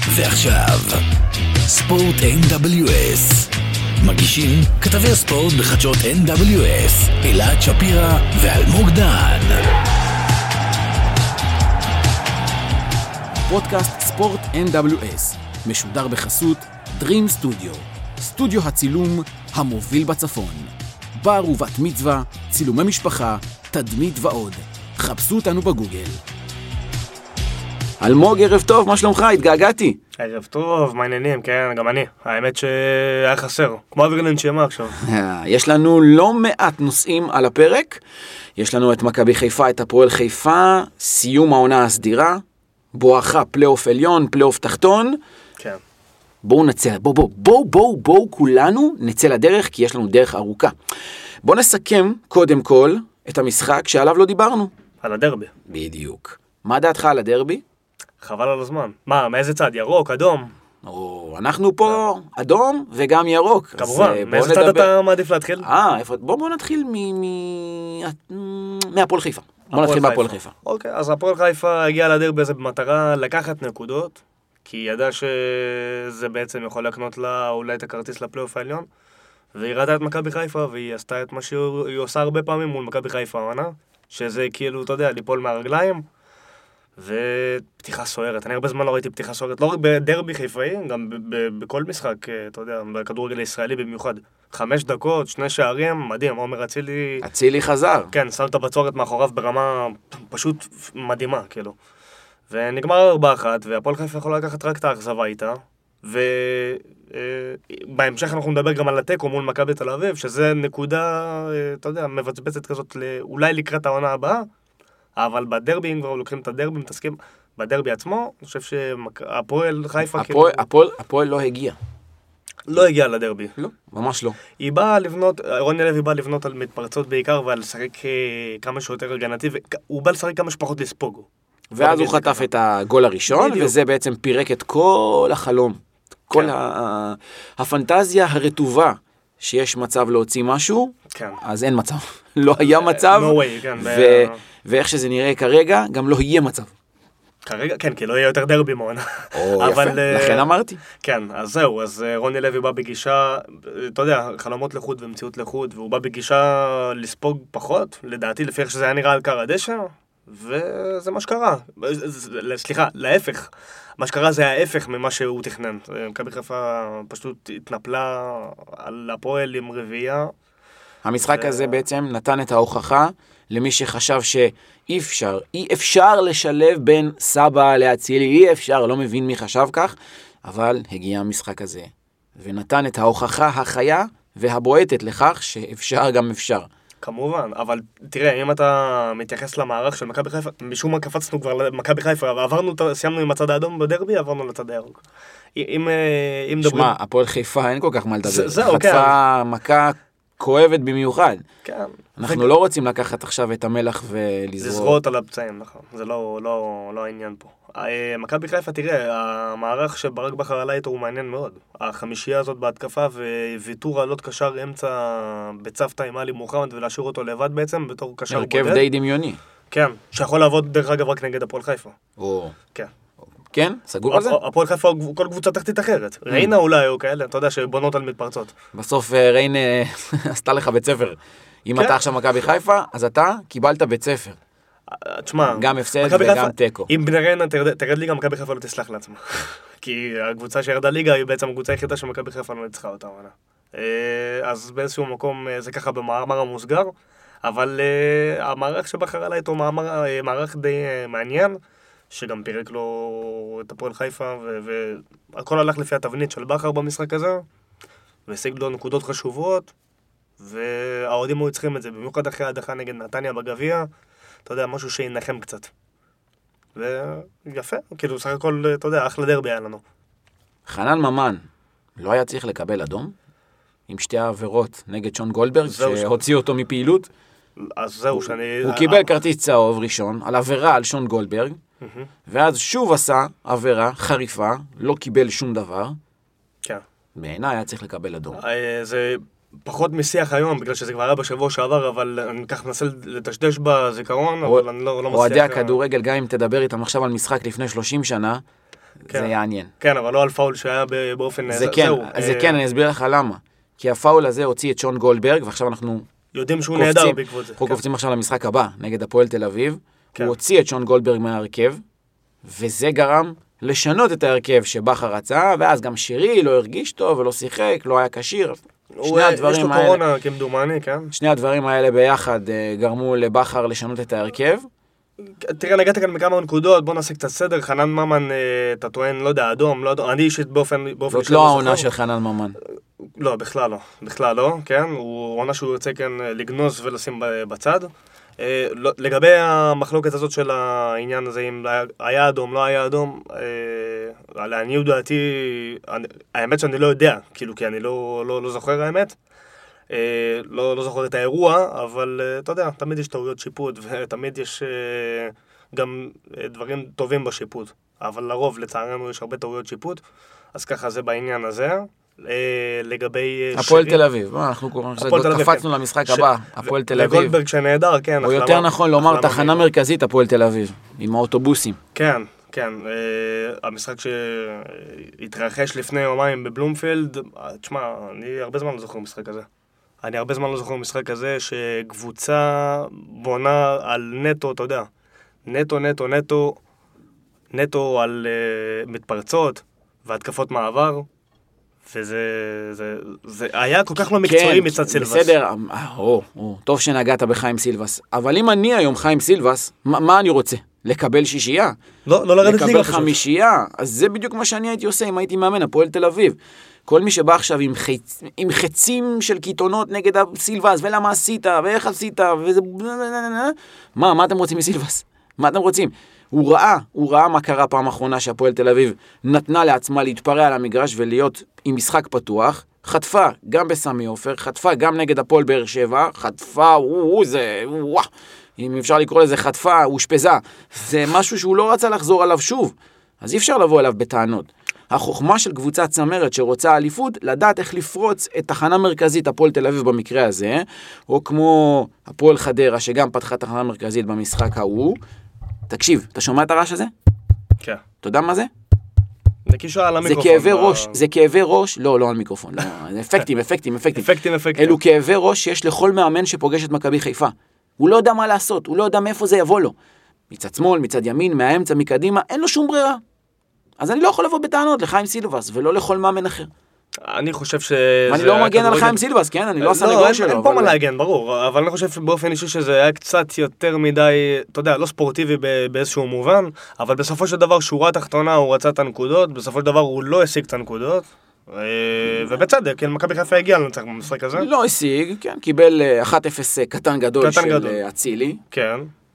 ועכשיו, ספורט NWS. מגישים כתבי הספורט בחדשות NWS, אלעד שפירא ואלמוג דהן. פודקאסט ספורט NWS, משודר בחסות Dream Studio, סטודיו הצילום המוביל בצפון. בר ובת מצווה, צילומי משפחה, תדמית ועוד. חפשו אותנו בגוגל. אלמוג, ערב טוב, מה שלומך? התגעגעתי. ערב טוב, מה העניינים? כן, גם אני. האמת שהיה חסר, כמו אוויר לנשימה עכשיו. יש לנו לא מעט נושאים על הפרק. יש לנו את מכבי חיפה, את הפועל חיפה, סיום העונה הסדירה, בואכה פלייאוף עליון, פלייאוף תחתון. כן. בואו נצא, בואו כולנו נצא לדרך, כי יש לנו דרך ארוכה. בואו נסכם קודם כל את המשחק שעליו לא דיברנו. על הדרבי. בדיוק. מה דעתך על הדרבי? חבל על הזמן. מה, מאיזה צד? ירוק, אדום? אנחנו פה אדום וגם ירוק. כמובן, מאיזה צד אתה מעדיף להתחיל? בואו נתחיל מהפועל חיפה. בואו נתחיל מהפועל חיפה. אוקיי, אז הפועל חיפה הגיע לדרבי הזה במטרה לקחת נקודות, כי היא ידעה שזה בעצם יכול לקנות לה אולי את הכרטיס לפלייאוף העליון, והיא ראתה את מכבי חיפה, והיא עשתה את מה שהיא עושה הרבה פעמים מול מכבי חיפה העונה, שזה כאילו, אתה יודע, ליפול מהרגליים, ופתיחה סוערת. אני הרבה זמן לא ראיתי פתיחה סוערת, לא רק בדרבי חיפאי, גם בכל משחק, אתה יודע, בכדורגל הישראלי במיוחד. 5 דקות, 2 שערים, מדהים, עומר אצילי חזר. כן, שם את הבצורת מאחוריו ברמה פשוט מדהימה, כאילו. ונגמר 4-1, והפועל חיפה יכולה לקחת רק את האכזבה איתה, ובהמשך אנחנו נדבר גם על הטקו מול מכבי תל אביב, שזה נקודה, אתה יודע, מבצבצת כזאת, אולי לקראת העונה הבאה, אבל בדרבי, אם כבר לוקחים את הדרבי, מתעסקים בדרבי עצמו, אני חושב שהפועל חיפה... הפועל לא הגיע. לא הגיע לדרבי. לא, ממש לא. היא באה לבנות, רוני לוי בא לבנות על מתפרצות בעיקר, ועל לשחק כמה שיותר הגנתי, והוא בא לשחק כמה שפחות לספוג. ואז הוא חטף את הגול הראשון, וזה בעצם פירק את כל החלום, כל הפנטזיה הרטובה, שיש מצב להוציא משהו, אז אין מצב. לא היה מצב, ואיך שזה נראה כרגע, גם לא יהיה מצב. כרגע, כן, כי לא יהיה יותר דרבי מעונה. יפה, לכן אמרתי. כן, אז זהו, אז רוני לוי בא בגישה, אתה יודע, חלומות לחוד ומציאות לחוד, והוא בא בגישה לספוג פחות, לדעתי, לפי איך שזה היה נראה על קר הדשא, וזה מה שקרה. סליחה, להפך. מה שקרה זה ההפך ממה שהוא תכנן. מכבי חיפה פשוט התנפלה על הפועל עם רביעייה. המשחק הזה בעצם נתן את ההוכחה למי שחשב שאי אפשר לשלב בין סבא לאצילי, אי אפשר, לא מבין מי חשב כך, אבל הגיע המשחק הזה, ונתן את ההוכחה החיה והבועטת לכך שאפשר גם אפשר. כמובן, אבל תראה, אם אתה מתייחס למערך של מכבי חיפה, משום מה קפצנו כבר למכבי חיפה, ועברנו, סיימנו עם הצד האדום בדרבי, עברנו לצד הירוק. שמע, הפועל חיפה אין כל כך מה לדבר. חטפה מכה כואבת במיוחד. כן. אנחנו לא רוצים לקחת עכשיו את המלח ולזרות. לזרות על הפצעים, נכון. זה לא העניין פה. מכבי חיפה, תראה, המערך שברק בכר עלה איתו הוא מעניין מאוד. החמישייה הזאת בהתקפה וויתור עלות קשר אמצע בצוותא עם עלי מוחמד ולהשאיר אותו לבד בעצם בתור קשר בודד. הרכב די דמיוני. כן, שיכול לעבוד דרך אגב רק נגד הפועל חיפה. כן. כן? סגור על זה? הפועל חיפה כל קבוצה תחתית אחרת. ריינה אולי או כאלה, אתה יודע שבונות על מתפרצות. בסוף ריינה עשתה לך בית ספר. אם אתה עכשיו מכבי חיפה, אז אתה קיבלת בית ספר. תשמע, גם הפסד וגם טקו. אם בני ריינה תרד ליגה, מכבי חיפה לא תסלח לעצמה. כי הקבוצה שירדה ליגה היא בעצם הקבוצה היחידה שמכבי חיפה לא ניצחה אותה. אז באיזשהו מקום זה ככה במאמר המוסגר, אבל המערך שבחר עליי איתו מערך די מעניין, שגם פירק לו את הפועל חיפה, והכל הלך לפי התבנית של בכר במשחק הזה, והשיג לו נקודות חשובות, והאוהדים היו צריכים את זה, במיוחד אחרי ההדחה נגד נתניה בגביע, אתה יודע, משהו שינחם קצת. ויפה, כאילו, סך הכל, אתה יודע, אחלה דרבי היה לנו. חנן ממן לא היה צריך לקבל אדום? עם שתי העבירות נגד שון גולדברג, שהוציא אותו מפעילות? אז זהו, שאני... הוא קיבל כרטיס צהוב ראשון, על עבירה על שון גולדברג, ואז שוב עשה עבירה חריפה, לא קיבל שום דבר. כן. בעיניי היה צריך לקבל אדום. זה פחות משיח היום, בגלל שזה כבר היה בשבוע שעבר, אבל אני כך מנסה לדשדש בזיכרון, אבל אני לא מצליח... אוהדי הכדורגל, גם אם תדבר איתם עכשיו על משחק לפני 30 שנה, זה יעניין. כן, אבל לא על פאול שהיה באופן... זה כן, אני אסביר לך למה. כי הפאול הזה הוציא את שון גולדברג, ועכשיו אנחנו יודעים שהוא נהדר בעקבות זה. אנחנו קופצים עכשיו למשחק הבא, נגד הפועל תל אביב. הוא הוציא את שון גולדברג מההרכב, וזה גרם לשנות את ההרכב שבחר רצה, ואז גם שירי לא הרגיש טוב ולא שיחק, לא היה קשיר. יש לו קורונה כמדומני, כן? שני הדברים האלה ביחד גרמו לבחר לשנות את ההרכב. תראה, נגעת כאן בכמה נקודות, בוא נעשה קצת סדר. חנן ממן, אתה טוען, לא יודע, אדום, לא אדום. אני אישית באופן... זאת לא העונה של חנן ממן. לא, בכלל לא, כן? הוא עונה שהוא יוצא כאן לגנוז ולשים בצד. לגבי המחלוקת הזאת של העניין הזה, אם היה אדום, לא היה אדום, לעניות דעתי, האמת שאני לא יודע, כאילו, כי אני לא זוכר האמת. לא זוכר את האירוע, אבל אתה יודע, תמיד יש טעויות שיפוט, ותמיד יש גם דברים טובים בשיפוט. אבל לרוב, לצערנו, יש הרבה טעויות שיפוט, אז ככה זה בעניין הזה. לגבי הפועל תל אביב, אנחנו קפצנו למשחק הבא, הפועל תל אביב. וגולדברג שנהדר, כן. או יותר נכון לומר תחנה מרכזית הפועל תל אביב, עם האוטובוסים. כן, כן. המשחק שהתרחש לפני יומיים בבלומפילד, תשמע, אני הרבה זמן לא זוכר משחק כזה. שקבוצה בונה על נטו, אתה יודע, נטו על מתפרצות והתקפות מעבר. וזה היה כל כך לא מקצועי מצד סילבס. בסדר, טוב שנגעת בחיים סילבס. אבל אם אני היום חיים סילבס, מה אני רוצה? לקבל שישייה? לא לרדת ליגה. לקבל חמישייה? אז זה בדיוק מה שאני הייתי עושה אם הייתי מאמן, הפועל תל אביב. כל מי שבא עכשיו עם חצים של קיתונות נגד סילבס, ולמה עשית, ואיך עשית, וזה... מה אתם רוצים מסילבס? מה אתם רוצים? הוא ראה מה קרה פעם האחרונה שהפועל תל אביב נתנה לעצמה להתפרע על המגרש ולהיות עם משחק פתוח, חטפה גם בסמי עופר, חטפה גם נגד הפועל באר שבע, חטפה, אם אפשר לקרוא לזה חטפה, הושפזה, זה משהו שהוא לא רצה לחזור עליו שוב, אז אי אפשר לבוא אליו בטענות. החוכמה של קבוצת צמרת שרוצה אליפות, לדעת איך לפרוץ את תחנה מרכזית הפועל תל אביב במקרה הזה, או כמו הפועל חדרה שגם פתחה תחנה מרכזית במשחק ההוא. תקשיב, אתה שומע את הרעש הזה? כן. אתה יודע מה זה? נקישה על המיקרופון. זה כאבי ראש, לא על מיקרופון, זה אפקטים. אלו כאבי ראש שיש לכל מאמן שפוגש את מכבי חיפה. הוא לא יודע מה לעשות, הוא לא יודע מאיפה זה יבוא לו. מצד שמאל, מצד ימין, מהאמצע, מקדימה, אין לו שום ברירה. אז אני לא יכול לבוא בטענות לחיים סילבס, ולא לכל מאמן אחר. אני חושב ש... ואני לא מגן על חיים סילבס, כן? אני לא הסנגור שלו. אין פה מה להגן, ברור. אבל אני חושב שבאופן אישי שזה היה קצת יותר מדי, אתה יודע, לא ספורטיבי באיזשהו מובן, אבל בסופו של דבר, שורה תחתונה, הוא רצה את הנקודות, בסופו של דבר הוא לא השיג את הנקודות, ובצדק, כן, מכבי חיפה הגיע לנצח במשחק הזה. לא השיג, כן, קיבל 1-0 קטן גדול של אצילי. כן.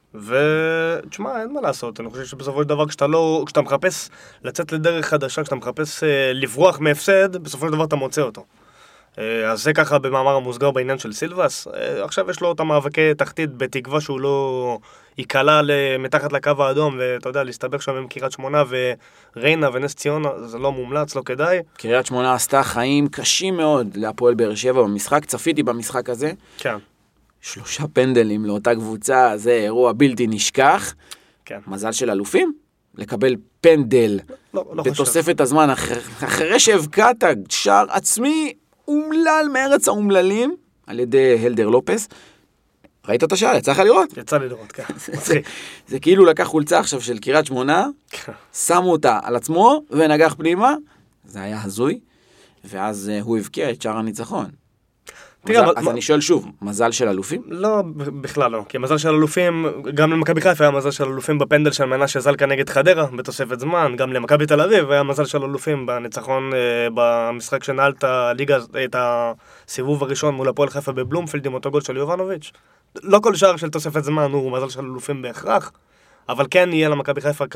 ותשמע, אין מה לעשות, אני חושב שבסופו של דבר כשאתה מחפש לצאת לדרך חדשה, כשאתה מחפש לברוח מהפסד, בסופו של דבר אתה מוצא אותו. אז זה ככה במאמר המוסגר בעניין של סילבס. עכשיו יש לו את המאבקי תחתית בתקווה שהוא לא ייקלע מתחת לקו האדום, ואתה יודע, להסתבך שם עם קריית שמונה וריינה ונס ציונה, זה לא מומלץ, לא כדאי. קריית שמונה עשתה חיים קשים מאוד להפועל באר שבע במשחק, צפיתי במשחק הזה. כן. 3 פנדלים לאותה קבוצה, זה אירוע בלתי נשכח. כן. מזל של אלופים, לקבל פנדל בתוספת הזמן, אחרי שהבקעת שער עצמי אומלל מארץ האומללים, על ידי הלדר לופס. ראית את השער? יצא לך לראות? יצא לי לראות, כן. זה כאילו לקח חולצה עכשיו של קריית שמונה, שמו אותה על עצמו ונגח פנימה, זה היה הזוי, ואז הוא הבקיע את שער הניצחון. אז אני שואל שוב, מזל של אלופים? לא, בכלל לא. כי מזל של אלופים, גם למכבי חיפה היה מזל של אלופים בפנדל של מנשה זלקה נגד חדרה, בתוספת זמן, גם למכבי תל אביב היה מזל של אלופים בניצחון במשחק שנעל את הסיבוב הראשון מול הפועל חיפה בבלומפילד עם אותו גול של יובנוביץ'. לא כל שער של תוספת זמן הוא מזל של אלופים בהכרח, אבל כן יהיה למכבי חיפה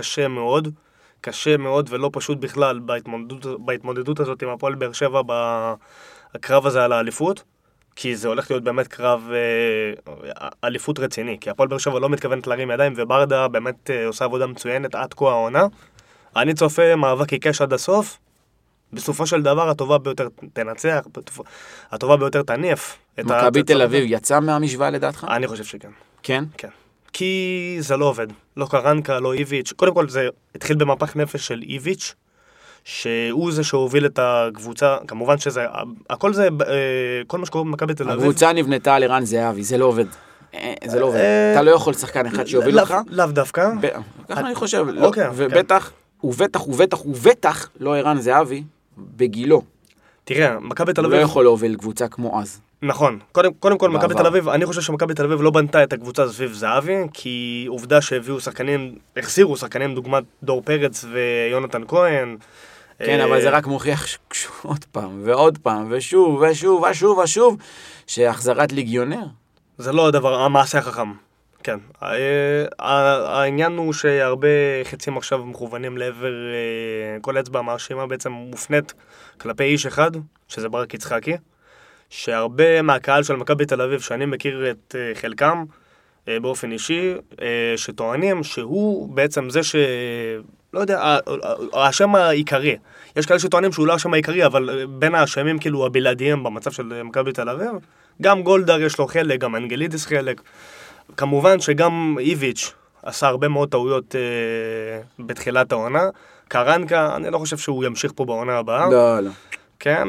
קשה מאוד ולא פשוט בכלל בהתמודדות הזאת עם הפועל באר שבע בקרב הזה על האליפות. כי זה הולך להיות באמת קרב אליפות רציני, כי הפועל באר שבע לא מתכוונת להרים ידיים, וברדה באמת עושה עבודה מצוינת עד כה העונה. אני צופה מאבק עיקש עד הסוף, בסופו של דבר הטובה ביותר תנצח, הטובה ביותר תניף. מכבי תל אביב יצא מהמשוואה לדעתך? אני חושב שכן. כן? כן. כי זה לא עובד. לא קרנקה, לא איביץ'. קודם כל זה התחיל במפח נפש של איביץ', שהוא זה שהוביל את הקבוצה, כמובן שזה, הכל זה, כל מה שקורה במכבי תל אביב. הקבוצה נבנתה על ערן זהבי, זה לא עובד. זה לא עובד. אתה לא יכול שחקן אחד שיוביל אותך. לאו דווקא. ככה אני חושב. ובטח לא ערן זהבי בגילו. תראה, מכבי תל אביב... לא יכול להוביל קבוצה כמו אז. נכון. קודם כל, מכבי תל אביב, אני חושב שמכבי תל אביב לא בנתה את הקבוצה סביב זהבי, כי עובדה שהביאו שחקנים, החסירו שחקנים דוגמת דור פרץ ויונתן כהן. כן, אבל זה רק מוכיח עוד פעם, ועוד פעם, ושוב, ושוב, ושוב, ושוב, שהחזרת ליגיונר. זה לא הדבר, המעשה החכם. כן. העניין הוא שהרבה חצים עכשיו מכוונים לעבר, כל אצבע מאשימה בעצם מופנית כלפי איש אחד, שזה ברק יצחקי, שהרבה מהקהל של מכבי תל אביב, שאני מכיר את חלקם באופן אישי, שטוענים שהוא בעצם זה לא יודע, האשם העיקרי. יש כאלה שטוענים שהוא לא האשם העיקרי, אבל בין האשמים כאילו הבלעדיים במצב של מכבי תל אביב, גם גולדהר יש לו חלק, גם אנגלידיס חלק. כמובן שגם איביץ' עשה הרבה מאוד טעויות בתחילת העונה. קרנקה, אני לא חושב שהוא ימשיך פה בעונה הבאה. לא, לא. כן,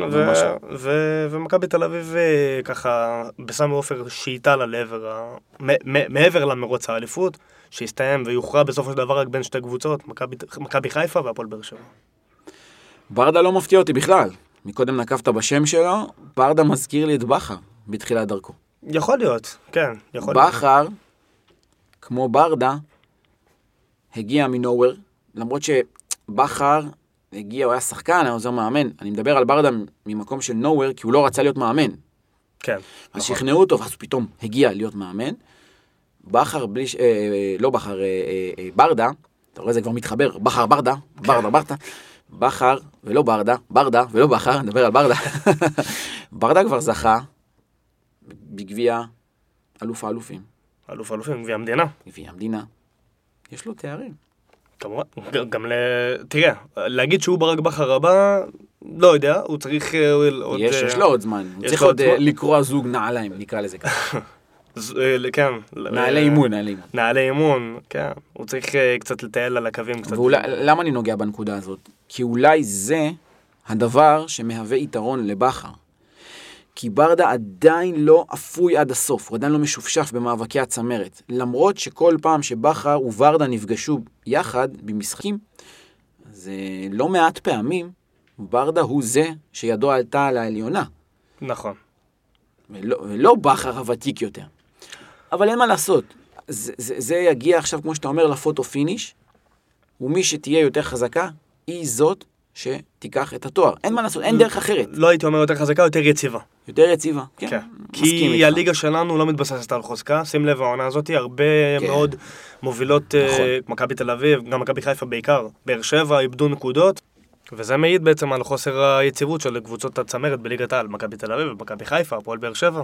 ומכבי תל אביב ככה בסמי עופר שאיתה לעבר, מעבר למרוץ האליפות, שהסתיים ויוכרע בסופו של דבר רק בין שתי קבוצות, מכבי חיפה והפועל באר שבע. ברדה לא מפתיע אותי בכלל. מקודם נקבת בשם שלו, ברדה מזכיר לי את בכר בתחילת דרכו. יכול להיות, כן, יכול להיות. בכר, כמו ברדה, הגיע מנוהוור, למרות שבכר הגיע, הוא היה שחקן, היה עוזר מאמן. אני מדבר על ברדה ממקום של נוהוור, כי הוא לא רצה להיות מאמן. כן. אז שכנעו אותו, ואז הוא פתאום הגיע להיות מאמן. בכר, לא בכר, ברדה, אתה רואה זה כבר מתחבר, בכר, ברדה, ברדה, בכר ולא ברדה, ברדה ולא בכר, נדבר על ברדה. ברדה כבר זכה בגביע אלוף האלופים. אלוף האלופים, גביע המדינה. גביע המדינה. יש לו תארים. כמובן, גם תראה, להגיד שהוא ברק בכר הבא, לא יודע, הוא צריך עוד... יש לו עוד זמן. הוא צריך עוד לקרוא זוג נעליים, נקרא לזה ככה. כן. נעלי אימון. נעלי אימון, כן. הוא צריך קצת לטייל על הקווים קצת. למה אני נוגע בנקודה הזאת? כי אולי זה הדבר שמהווה יתרון לבכר. כי ברדה עדיין לא אפוי עד הסוף, הוא עדיין לא משופשף במאבקי הצמרת. למרות שכל פעם שבכר וברדה נפגשו יחד במשחקים, זה לא מעט פעמים, ברדה הוא זה שידו עלתה על העליונה. נכון. ולא בכר הוותיק יותר. אבל אין מה לעשות. זה יגיע עכשיו, כמו שאתה אומר, לפוטו פיניש, ומי שתהיה יותר חזקה, היא זאת שתיקח את התואר. אין מה לעשות, אין דרך אחרת. לא הייתי אומר יותר חזקה, יותר יציבה. יותר יציבה, כן. כי הליגה שלנו לא מתבססת על חוזקה. שים לב, העונה הזאת, הרבה מאוד מובילות, מכבי תל אביב, גם מכבי חיפה בעיקר, באר שבע, איבדו נקודות, וזה מעיד בעצם על חוסר היציבות של קבוצות הצמרת בליגת העל, מכבי תל אביב ומכבי חיפה, הפועל באר שבע.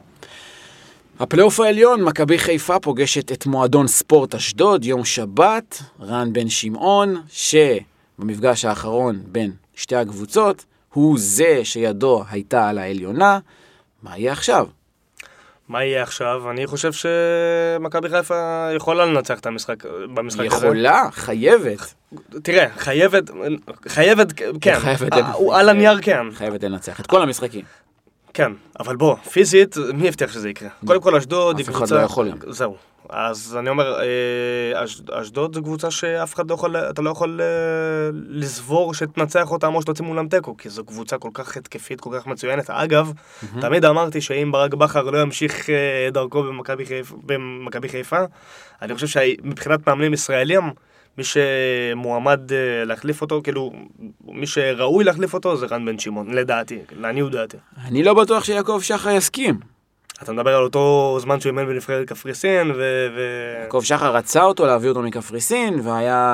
הפלייאוף העליון, מכבי חיפה פוגשת את מועדון ספורט אשדוד, יום שבת, רן בן שמעון, שבמפגש האחרון בין שתי הקבוצות, הוא זה שידו הייתה על העליונה. מה יהיה עכשיו? מה יהיה עכשיו? אני חושב שמכבי חיפה יכולה לנצח את המשחק במשחק הזה. יכולה? חייבת. תראה, חייבת, כן. על הנייר כן. חייבת לנצח את כל המשחקים. כן, אבל בוא, פיזית, מי הבטיח שזה יקרה? קודם כל, אשדוד היא קבוצה... אף אחד לא יכול. זהו. אז אני אומר, אשדוד זו קבוצה שאף אחד לא יכול, אתה לא יכול לסבור שתנצח אותם או שתוצאים מולם תיקו, כי זו קבוצה כל כך התקפית, כל כך מצוינת. אגב, תמיד אמרתי שאם ברק בכר לא ימשיך דרכו במכבי חיפה, אני חושב שמבחינת מאמנים ישראלים, מי שמועמד להחליף אותו, כאילו, מי שראוי להחליף אותו זה רן בן שמעון, לדעתי, לעניות דעתי. אני לא בטוח שיעקב שחר יסכים. אתה מדבר על אותו זמן שהוא אימן בנבחרת קפריסין, יעקב שחר רצה אותו, להביא אותו מקפריסין, והיה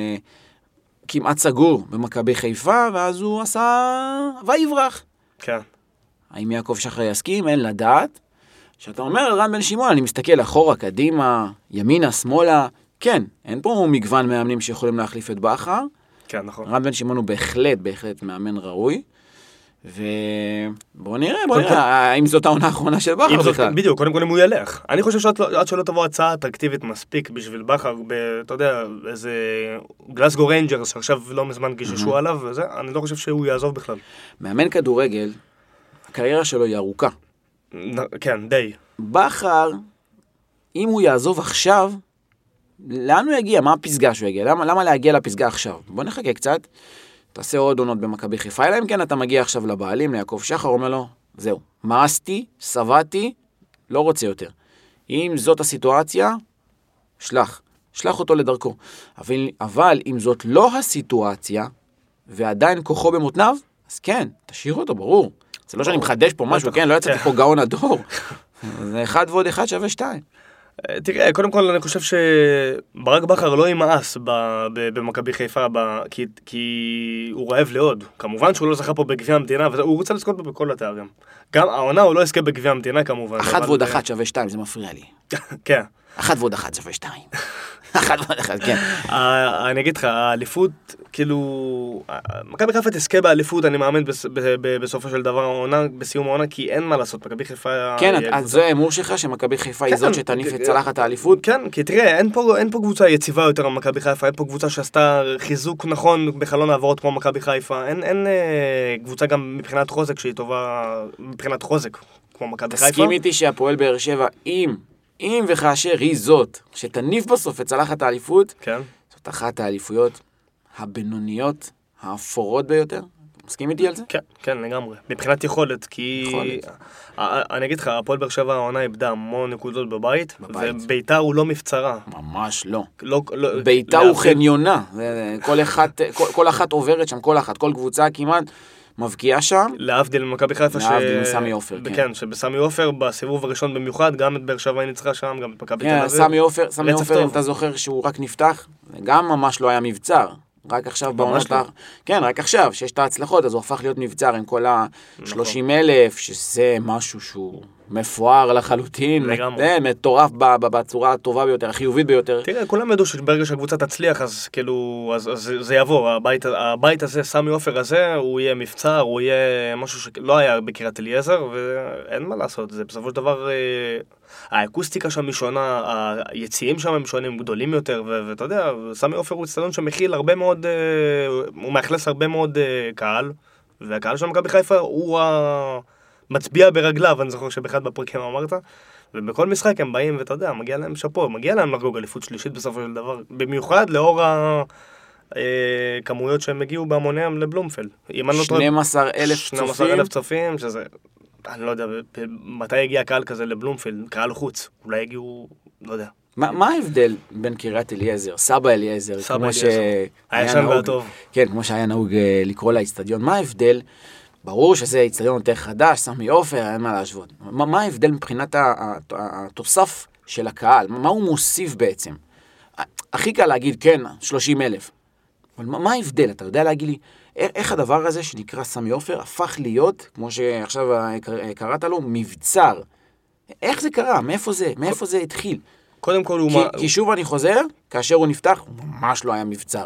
כמעט סגור במכבי חיפה, ואז הוא עשה ויברח. כן. האם יעקב שחר יסכים? אין לדעת. שאתה אומר על רן בן שמעון, אני מסתכל אחורה, קדימה, ימינה, שמאלה, כן, אין פה מגוון מאמנים שיכולים להחליף את בכר. כן, נכון. רן בן שמעון הוא בהחלט מאמן ראוי. ובואו נראה, האם זאת העונה האחרונה של בכר בכלל. בדיוק, קודם כל אם הוא ילך. אני חושב שעד שלא תבוא הצעה אטרקטיבית מספיק בשביל בכר, אתה יודע, איזה גלסגו ריינג'רס שעכשיו לא מזמן גיששו עליו, וזה, אני לא חושב שהוא יעזוב בכלל. מאמן כדורגל, הקריירה שלו היא ארוכה. כן, די. בכר, אם הוא יעזוב עכשיו, לאן הוא יגיע? מה הפסגה שהוא יגיע? למה להגיע לפסגה עכשיו? בוא נחכה קצת. תעשה עוד עונות במכבי חיפה, אלא אם כן אתה מגיע עכשיו לבעלים, ליעקב שחר, אומר לו, זהו, מאסתי, סבתי, לא רוצה יותר. אם זאת הסיטואציה, שלח אותו לדרכו. אבל אם זאת לא הסיטואציה, ועדיין כוחו במותניו, אז כן, תשאיר אותו, ברור. זה לא שאני מחדש פה משהו, כן, לא יצאתי פה גאון הדור. זה 1 ועוד 1 שווה 2. תראה, קודם כל אני חושב שברק בכר לא ימאס במכבי חיפה, כי הוא רעב לעוד. כמובן שהוא לא זכה פה בגביע המדינה, והוא רוצה לזכות פה בכל התארים. גם העונה הוא לא יזכה בגביע המדינה כמובן. 1 ועוד 1 שווה 2, זה מפריע לי. כן. 1 ועוד 1 שווה 2. 1 ועוד 1, כן. אני אגיד לך, האליפות, כאילו, מכבי חיפה תזכה באליפות, אני מאמין בסופו של דבר, בסיום העונה, כי אין מה לעשות, מכבי חיפה... כן, אז זה האמור שלך שמכבי חיפה היא זאת שתניף את צלחת האליפות? כן, כי תראה, אין פה קבוצה יציבה יותר ממכבי חיפה, אין פה קבוצה שעשתה חיזוק נכון בחלון העברות כמו מכבי חיפה, אין קבוצה גם מבחינת חוזק שהיא טובה, מבחינת חוזק כמו מכבי חיפה. תסכים איתי שהפועל באר שבע, אם וכאשר היא זאת שתניף בסוף את צלחת האליפות, כן. זאת אחת האליפויות הבינוניות, האפורות ביותר. מסכים איתי על זה? כן, כן, לגמרי. מבחינת יכולת, כי... אני אגיד לך, הפועל באר שבע העונה איבדה המון נקודות בבית, וביתר הוא לא מבצרה. ממש לא. ביתר הוא חניונה. כל אחת עוברת שם, כל קבוצה כמעט מבקיעה שם. להבדיל ממכבי חיפה להבדיל מסמי עופר, כן. כן, שבסמי עופר, בסיבוב הראשון במיוחד, גם את באר שבע היא ניצחה שם, גם את מכבי תל אביב. סמי עופר, אם אתה זוכר שהוא רק נפתח, גם ממש לא היה מבצר. רק עכשיו בעונות, כן, רק עכשיו, שיש את ההצלחות, אז הוא הפך להיות מבצר עם כל ה-30,000, שזה משהו שהוא מפואר לחלוטין, מטורף בצורה הטובה ביותר, החיובית ביותר. תראה, כולם ידעו שברגע שהקבוצה תצליח, אז כאילו, אז זה יעבור, הבית הזה, סמי עופר הזה, הוא יהיה מבצר, הוא יהיה משהו שלא היה בקריית אליעזר, ואין מה לעשות, זה בסופו של דבר, האקוסטיקה שם היא שונה, היציאים שם הם שונים, גדולים יותר, ואתה יודע, סמי עופר הוא אצטדיון שמכיל הרבה מאוד, הוא מאכלס הרבה מאוד קהל, והקהל של מכבי חיפה הוא מצביע ברגליו, אני זוכר שבאחד בפרקים אמרת, ובכל משחק הם באים, ואתה יודע, מגיע להם שפו, מגיע להם לחגוג אליפות שלישית בסופו של דבר, במיוחד לאור הכמויות שהם הגיעו בהמוניהם לבלומפלד. 12,000 צופים, שזה, אני לא יודע, מתי הגיע קהל כזה לבלומפלד, קהל חוץ, אולי הגיעו, לא יודע. מה ההבדל בין קריית אליעזר, סבא אליעזר, הישן והטוב. כן, כמו שהיה נהוג לקרוא לאצטדיון, מה ההבדל? ברור שזה אצטדיון יותר חדש, סמי עופר, אין מה להשוות. מה ההבדל מבחינת התוסף של הקהל? מה הוא מוסיף בעצם? הכי קל להגיד, כן, 30,000. אבל מה ההבדל? אתה יודע להגיד לי, איך הדבר הזה שנקרא סמי עופר הפך להיות, כמו שעכשיו קראת לו, מבצר? איך זה קרה? מאיפה זה התחיל? קודם כל כי שוב אני חוזר, כאשר הוא נפתח, הוא ממש לא היה מבצר.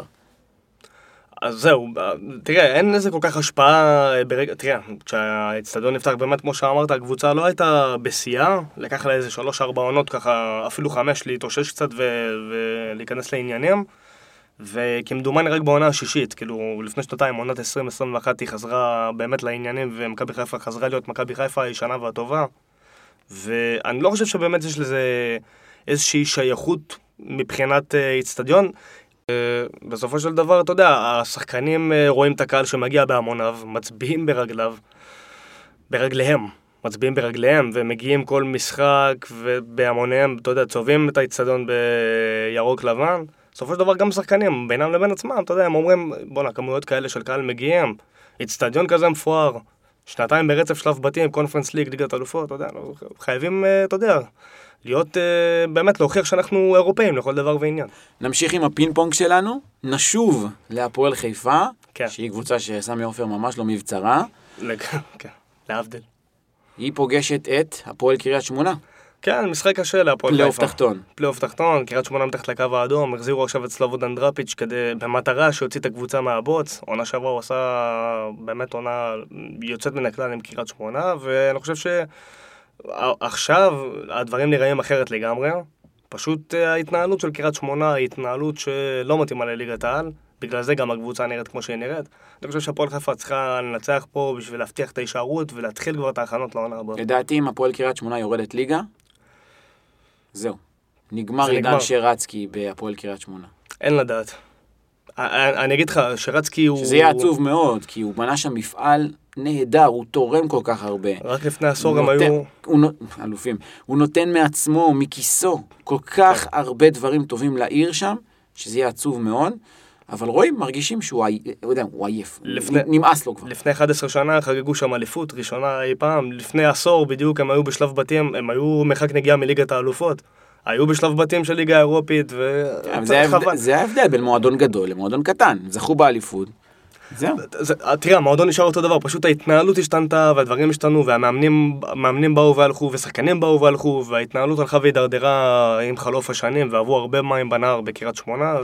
אז זהו, תראה, אין לזה כל כך השפעה ברגע, תראה, כשהאצטדיון נפתח באמת, כמו שאמרת, הקבוצה לא הייתה בשיאה, לקח לה איזה 3-4 עונות ככה, אפילו 5, להתאושש קצת ולהיכנס לעניינים, וכמדומני רק בעונה השישית, כאילו לפני שנתיים, עונת 2021 היא חזרה באמת לעניינים, ומכבי חיפה חזרה להיות מכבי חיפה הישנה והטובה, ואני לא חושב שבאמת יש לזה איזושהי שייכות מבחינת אצטדיון. בסופו של דבר, אתה יודע, השחקנים רואים את הקהל שמגיע בהמוניו, מצביעים ברגליהם, מצביעים ברגליהם, ומגיעים כל משחק ובהמוניהם, אתה יודע, צובעים את האצטדיון בירוק לבן. בסופו של דבר גם שחקנים, בינם לבין עצמם, אתה יודע, הם אומרים, בוא'נה, כמויות כאלה של קהל מגיעים, אצטדיון כזה מפואר, 2 ברצף שלב בתים, קונפרנס ליג, ליגת אלופות, אתה יודע, חייבים, אתה יודע, להיות, באמת, להוכיח שאנחנו אירופאים לכל דבר ועניין. נמשיך עם הפינג פונג שלנו, נשוב להפועל חיפה, כן. שהיא קבוצה שסמי עופר ממש לא מבצרה. כן, להבדיל. היא פוגשת את הפועל קריית שמונה. כן, משחק קשה להפועל חיפה. פלייאוף תחתון. פלייאוף תחתון, קריית שמונה מתחת לקו האדום, החזירו עכשיו את סלובודן דראפיץ' במטרה שיוציא את הקבוצה מהבוץ. עונה שעברה הוא עשה באמת עונה יוצאת מן הכלל עם קריית שמונה, ואני חושב שעכשיו הדברים נראים אחרת לגמרי. פשוט ההתנהלות של קריית שמונה היא התנהלות שלא מתאימה לליגת העל, בגלל זה גם הקבוצה נראית כמו שהיא נראית. אני חושב שהפועל חיפה צריכה לנצח פה בשביל להבטיח את ההישארות ולהתחיל כבר את ההכנות לעונה הבאה. לדעתי אם הפועל קריית שמונה יורדת ליגה, זהו. נגמר עידן שרצקי בהפועל קריית שמונה. אין לדעת. אני אגיד לך, שרצקי הוא... שזה יהיה עצוב מאוד, כי הוא בנה שם מפעל נהדר, הוא תורם כל כך הרבה. רק לפני עשור גם היו... אלופים. הוא נותן מעצמו, מכיסו, כל כך הרבה דברים טובים לעיר שם, שזה יהיה עצוב מאוד. אבל רואים, מרגישים שהוא עייף, נמאס לו כבר. לפני 11 שנה חגגו שם אליפות, ראשונה אי פעם, לפני עשור בדיוק הם היו בשלב בתים, הם היו מרחק נגיעה מליגת האלופות, היו בשלב בתים של ליגה האירופית, זה ההבדל בין מועדון גדול למועדון קטן, זכו באליפות. זהו. תראה, המועדון נשאר אותו דבר, פשוט ההתנהלות השתנתה, והדברים השתנו, והמאמנים באו והלכו, ושחקנים באו והלכו, וההתנהלות הלכה והידרדרה עם חלוף השנים, ועברו הרבה מים בנהר בקריית שמונה,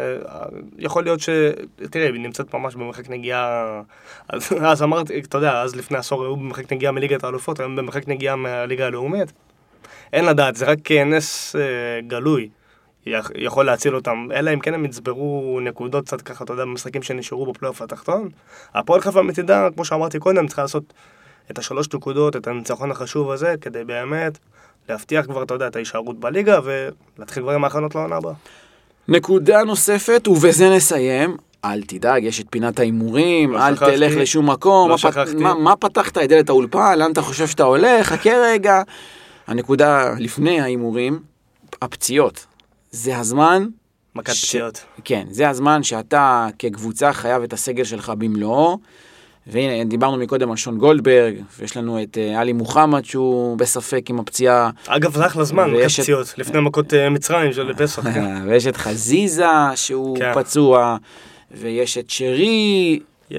ויכול להיות תראה, היא נמצאת ממש במרחק נגיעה, אז אמרתי, אתה יודע, אז לפני עשור היו במרחק נגיעה מליגת האלופות, היום במרחק נגיעה מהליגה הלאומית. אין לדעת, זה רק נס גלוי. יכול להציל אותם, אלא אם כן הם יצברו נקודות קצת ככה, אתה יודע, במשחקים שנשארו בפלייאוף התחתון. הפועל חיפה מצידה, כמו שאמרתי קודם, צריכה לעשות את 3 נקודות, את הניצחון החשוב הזה, כדי באמת להבטיח כבר, אתה יודע, את ההישארות בליגה, ולהתחיל כבר עם ההכנות לעונה הבאה. נקודה נוספת, ובזה נסיים. אל תדאג, יש את פינת האימורים, אל תלך לשום מקום. מה פתחת את דלת האולפן? לאן אתה חושב שאתה הולך? חכה רגע. הנקודה לפני האימורים, הפציעות. זה הזמן... מכת פציעות. כן, זה הזמן שאתה כקבוצה חייב את הסגל שלך במלואו, והנה, דיברנו מקודם על שון גולדברג, ויש לנו את אלי מוחמד שהוא בספק עם הפציעה. אגב, זה אחלה זמן, מכת פציעות, לפני מכות מצרים של פסח. ויש את חזיזה שהוא פצוע, ויש את שרי.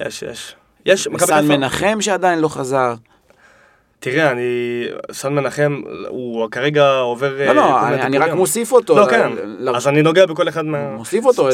יש. סן מנחם שעדיין לא חזר. תראה, סן מנחם, הוא כרגע עובר... לא, אני רק מוסיף אותו. לא, כן, אז אני נוגע בכל אחד מוסיף אותו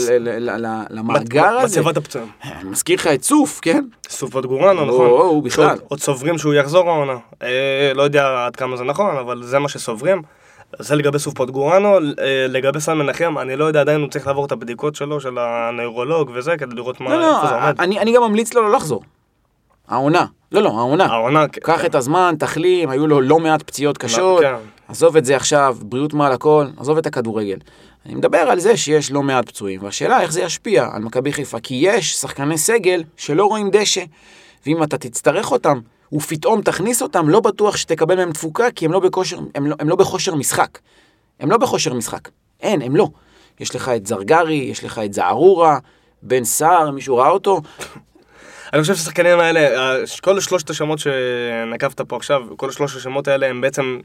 למאגר הזה. מצבת הפצועים. אני מזכיר לך את סוף, כן? סוף פוטגורנו, נכון. הוא בכלל. עוד סוברים שהוא יחזור העונה. לא יודע עד כמה זה נכון, אבל זה מה שסוברים. זה לגבי סוף פוטגורנו. לגבי סן מנחם, אני לא יודע, עדיין הוא צריך לעבור את הבדיקות שלו, של הנוירולוג וזה, כדי לראות מה... לא, אני גם ממליץ לו לא לחזור. העונה. העונה. קח את הזמן, תחלים, היו לו לא מעט פציעות קשות, עזוב את זה עכשיו, בריאות מעל הכל, עזוב את הכדורגל. אני מדבר על זה שיש לא מעט פצועים, והשאלה איך זה ישפיע על מכבי חיפה, כי יש שחקני סגל שלא רואים דשא, ואם אתה תצטרך אותם, ופתאום תכניס אותם, לא בטוח שתקבל מהם תפוקה, כי הם לא בכושר משחק. הם לא בכושר משחק. הם לא. יש לך את זרגרי, יש לך את זערורה, בן סער, מישהו ראה אותו? אני חושב שהשחקנים האלה, כל 3 השמות שנקבת פה עכשיו, כל 3 השמות האלה הם בעצם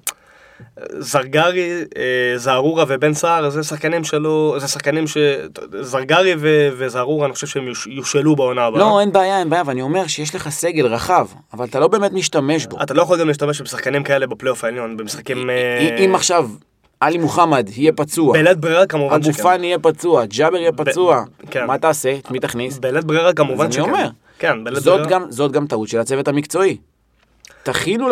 זרגרי, זערורה ובן סער, זה שחקנים שלו, זה שחקנים זרגרי וזערורה, אני חושב שהם יושלו בעונה הבאה. לא, אין בעיה, ואני אומר שיש לך סגל רחב, אבל אתה לא באמת משתמש בו. אתה לא יכול גם להשתמש בשחקנים כאלה בפלייאוף העליון, במשחקים... אם עכשיו... אלי מוחמד יהיה פצוע. בלית ברירה כמובן שכן. אבו פאני יהיה פצוע, ג'אבר יהיה פצוע. מה תעשה? מי תכניס? בלית ברירה כמובן שכן. אז אני אומר. כן, בלית ברירה. זאת גם טעות של הצוות המקצועי. תכינו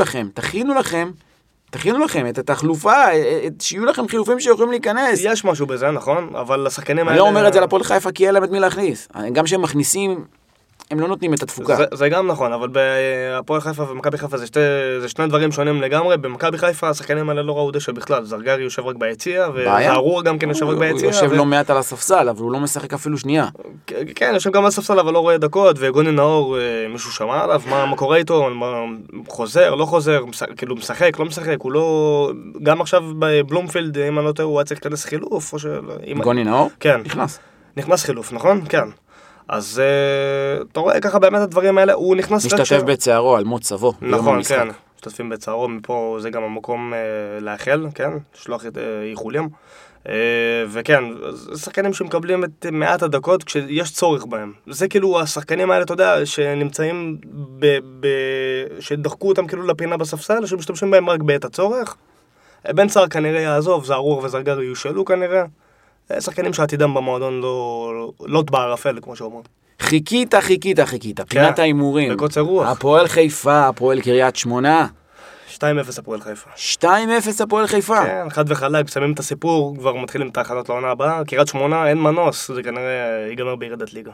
לכם את התחלופה, שיהיו לכם חילופים שיכולים להיכנס. יש משהו בזה, נכון? אבל השחקנים האלה... אני לא אומר את זה לפועל חיפה כי אין להם את מי להכניס. גם שהם מכניסים... הם לא נותנים את התפוקה. זה גם נכון, אבל בהפועל חיפה ומכבי חיפה זה 2 דברים שונים לגמרי. במכבי חיפה השחקנים האלה לא ראו דשא בכלל. זרגרי יושב רק ביציע, וזערורה גם כן יושב רק ביציע. הוא יושב לא מעט על הספסל, אבל הוא לא משחק אפילו שנייה. כן, יושב גם על הספסל, אבל לא רואה דקות, וגוני נאור, מישהו שמע עליו, מה קורה איתו, חוזר, לא חוזר, כאילו משחק, לא משחק, הוא לא... גם עכשיו בבלומפילד, אם אני לא טועה, הוא היה צריך להיכנס חילוף, גוני נאור? כן. נכנס חילוף, נכון? כן. אז אתה רואה ככה באמת הדברים האלה, הוא נכנס... משתתף בצערו על מות סבו. נכון, כן, משתתפים בצערו, מפה זה גם המקום לאחל, כן, לשלוח את איחולים. וכן, שחקנים שמקבלים את מעט הדקות כשיש צורך בהם. זה כאילו השחקנים האלה, אתה יודע, שנמצאים, שדחקו אותם כאילו לפינה בספסל, שמשתמשים בהם רק בעת הצורך, בן סער כנראה יעזוב, זערור וזרגר יושאלו כנראה. שחקנים שעתידם במועדון לא בערפל, כמו שאומרים. חיכית, פינת ההימורים. בקוצר רוח. הפועל חיפה, הפועל קריית שמונה. 2-0 הפועל חיפה. 2-0 הפועל חיפה. כן, חד וחלק, שמים את הסיפור, כבר מתחילים את ההכנות לעונה הבאה. קריית שמונה, אין מנוס, זה כנראה ייגמר בירידת ליגה.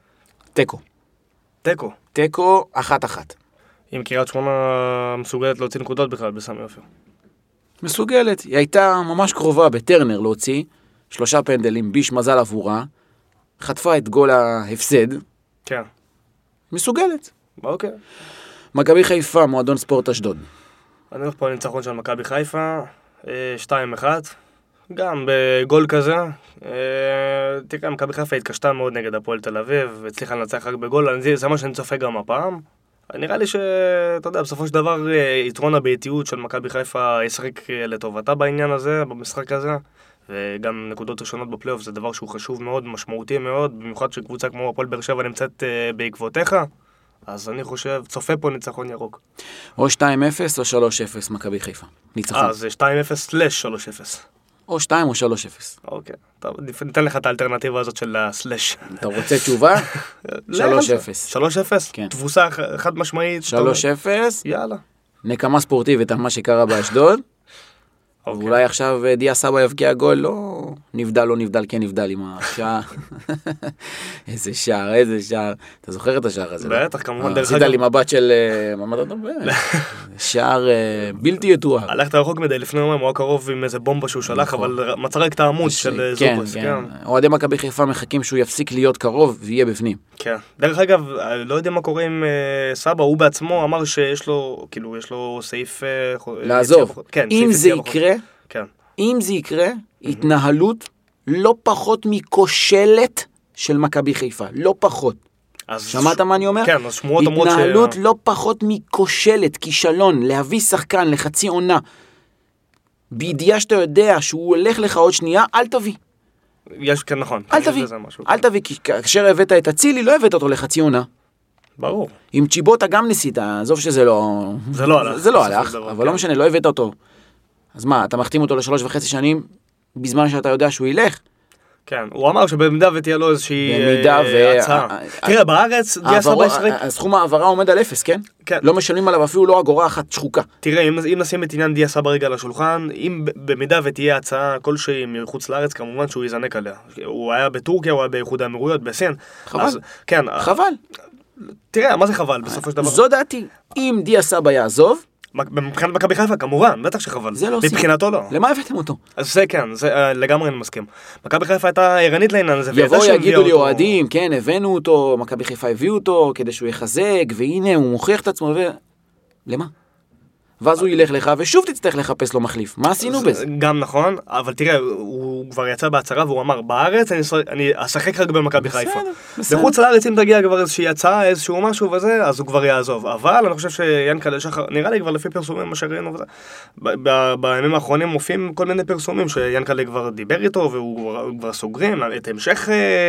תיקו 1-1. אם קריית שמונה מסוגלת להוציא נקודות בכלל בסמי עופר. מסוגלת, היא הייתה ממש קרובה בטרנר להוציא, 3 פנדלים, ביש מזל עבורה, חטפה את גול ההפסד. כן. מסוגלת. אוקיי. מכבי חיפה, מועדון ספורט אשדוד. אני הולך פה לניצחון של מכבי חיפה, 2-1, גם בגול כזה. תראה, מכבי חיפה התקשתה מאוד נגד הפועל תל אביב, והצליחה לנצח רק בגול, זה מה שאני צופה גם הפעם. נראה לי שאתה יודע, בסופו של דבר יתרון הביתיות של מכבי חיפה ישחק לטובתה בעניין הזה, במשחק הזה, וגם נקודות ראשונות בפלייאוף זה דבר שהוא חשוב מאוד, משמעותי מאוד, במיוחד שקבוצה כמו הפועל באר שבע נמצאת בעקבותיך, אז אני חושב, צופה פה ניצחון ירוק. או 2-0 או 3-0 מכבי חיפה. ניצחון. זה 2-0/3-0. או 2 או 3-0. אוקיי, טוב, ניתן לך את האלטרנטיבה הזאת של הסלש. אתה רוצה תשובה? 3-0. 3-0? כן. תבוסה חד משמעית. 3-0. יאללה. נקמה ספורטיבית על מה שקרה באשדוד. ואולי עכשיו דיה סבא יבקיע גול, לא נבדל, כן נבדל עם השער. איזה שער. אתה זוכר את השער הזה? בטח, כמובן. עשית לי מבט של... מה אתה מדבר? שער בלתי יתואר. הלכת רחוק מדי, לפני יומיים הוא היה קרוב עם איזה בומבה שהוא שלח, אבל מצא רק את העמוד של זובוס. כן. אוהדי מכבי חיפה מחכים שהוא יפסיק להיות קרוב ויהיה בפנים. כן. דרך אגב, לא יודע מה קורה עם סבא, הוא בעצמו אמר שיש לו, כאילו, יש לו סעיף... לעזוב. אם זה יקרה, התנהלות לא פחות מכושלת של מכבי חיפה. לא פחות. שמעת מה אני אומר? כן, אז שמועות אומרות התנהלות לא פחות מכושלת, כישלון, להביא שחקן לחצי עונה. בידיעה שאתה יודע שהוא הולך לך עוד שנייה, אל תביא. כן, נכון. אל תביא, כי כאשר הבאת את הצילי, לא הבאת אותו לחצי עונה. ברור. עם צ'יבוטה גם ניסית, עזוב שזה לא... זה לא הלך, אבל לא משנה, לא הבאת אותו. אז מה, אתה מחתים אותו ל3.5 שנים, בזמן שאתה יודע שהוא ילך? כן, הוא אמר שבמידה ותהיה לו איזושהי הצעה. תראה, בארץ, דיה סבא ישחק... הסכום העברה עומד על 0, כן? כן. לא משלמים עליו אפילו לא אגורה אחת שחוקה. תראה, אם נשים את עניין דיה סבא רגע על השולחן, אם במידה ותהיה הצעה כלשהי מחוץ לארץ, כמובן שהוא יזנק עליה. הוא היה בטורקיה, הוא היה באיחוד האמירויות, בסין. חבל. כן. חבל. תראה, מה זה חבל בסופו של דבר? זו דעתי. אם דיה סבא יעזוב, מבחינת מכבי חיפה, כמובן, בטח שחבל. זה לא מבחינתו לא. למה הבאתם אותו? אז זה כן, זה לגמרי אני מסכים. מכבי חיפה הייתה ערנית לעניין הזה. יבואו יגידו לי אוהדים, כן, הבאנו אותו, מכבי חיפה הביאו אותו, כדי שהוא יחזק, והנה הוא מוכיח את עצמו, למה? ואז הוא ילך לך, ושוב תצטרך לחפש לו מחליף. מה עשינו בזה? גם נכון, אבל תראה, הוא כבר יצא בהצהרה, והוא אמר, בארץ אני אשחק רק במכבי חיפה. בחוץ לארץ, אם תגיע כבר איזושהי הצעה, איזשהו משהו וזה, אז הוא כבר יעזוב. אבל אני חושב שיאנקל'ה שחר, נראה לי כבר לפי פרסומים, מה שראינו וזה, בימים האחרונים מופיעים כל מיני פרסומים, שיאנקל'ה כבר דיבר איתו, והוא כבר סוגרים את המשך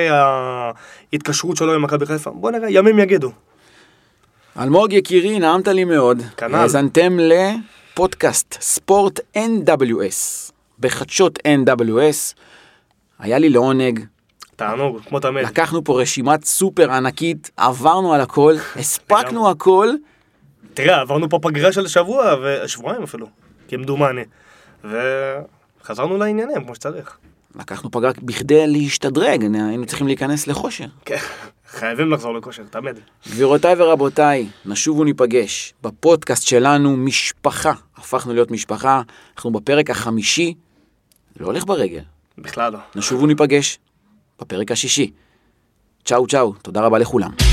ההתקשרות שלו עם מכבי חיפה. בוא נראה, ימים יגידו. אלמוג יקירי, נעמת לי מאוד. כנ"ל. האזנתם לפודקאסט ספורט NWS, בחדשות NWS. היה לי לעונג. תענוג, כמו תמיד. לקחנו פה רשימת סופר ענקית, עברנו על הכל, הספקנו הכל. תראה, עברנו פה פגרה של שבוע, ושבועיים אפילו, כמדומני. וחזרנו לעניינים, כמו שצריך. לקחנו פגרה בכדי להשתדרג, היינו צריכים להיכנס לכושר. כן, חייבים לחזור לכושר, תמיד. גבירותיי ורבותיי, נשוב וניפגש בפודקאסט שלנו, משפחה. הפכנו להיות משפחה, אנחנו בפרק החמישי, לא הולך ברגל. בכלל לא. נשוב וניפגש בפרק השישי. צ'או צ'או, תודה רבה לכולם.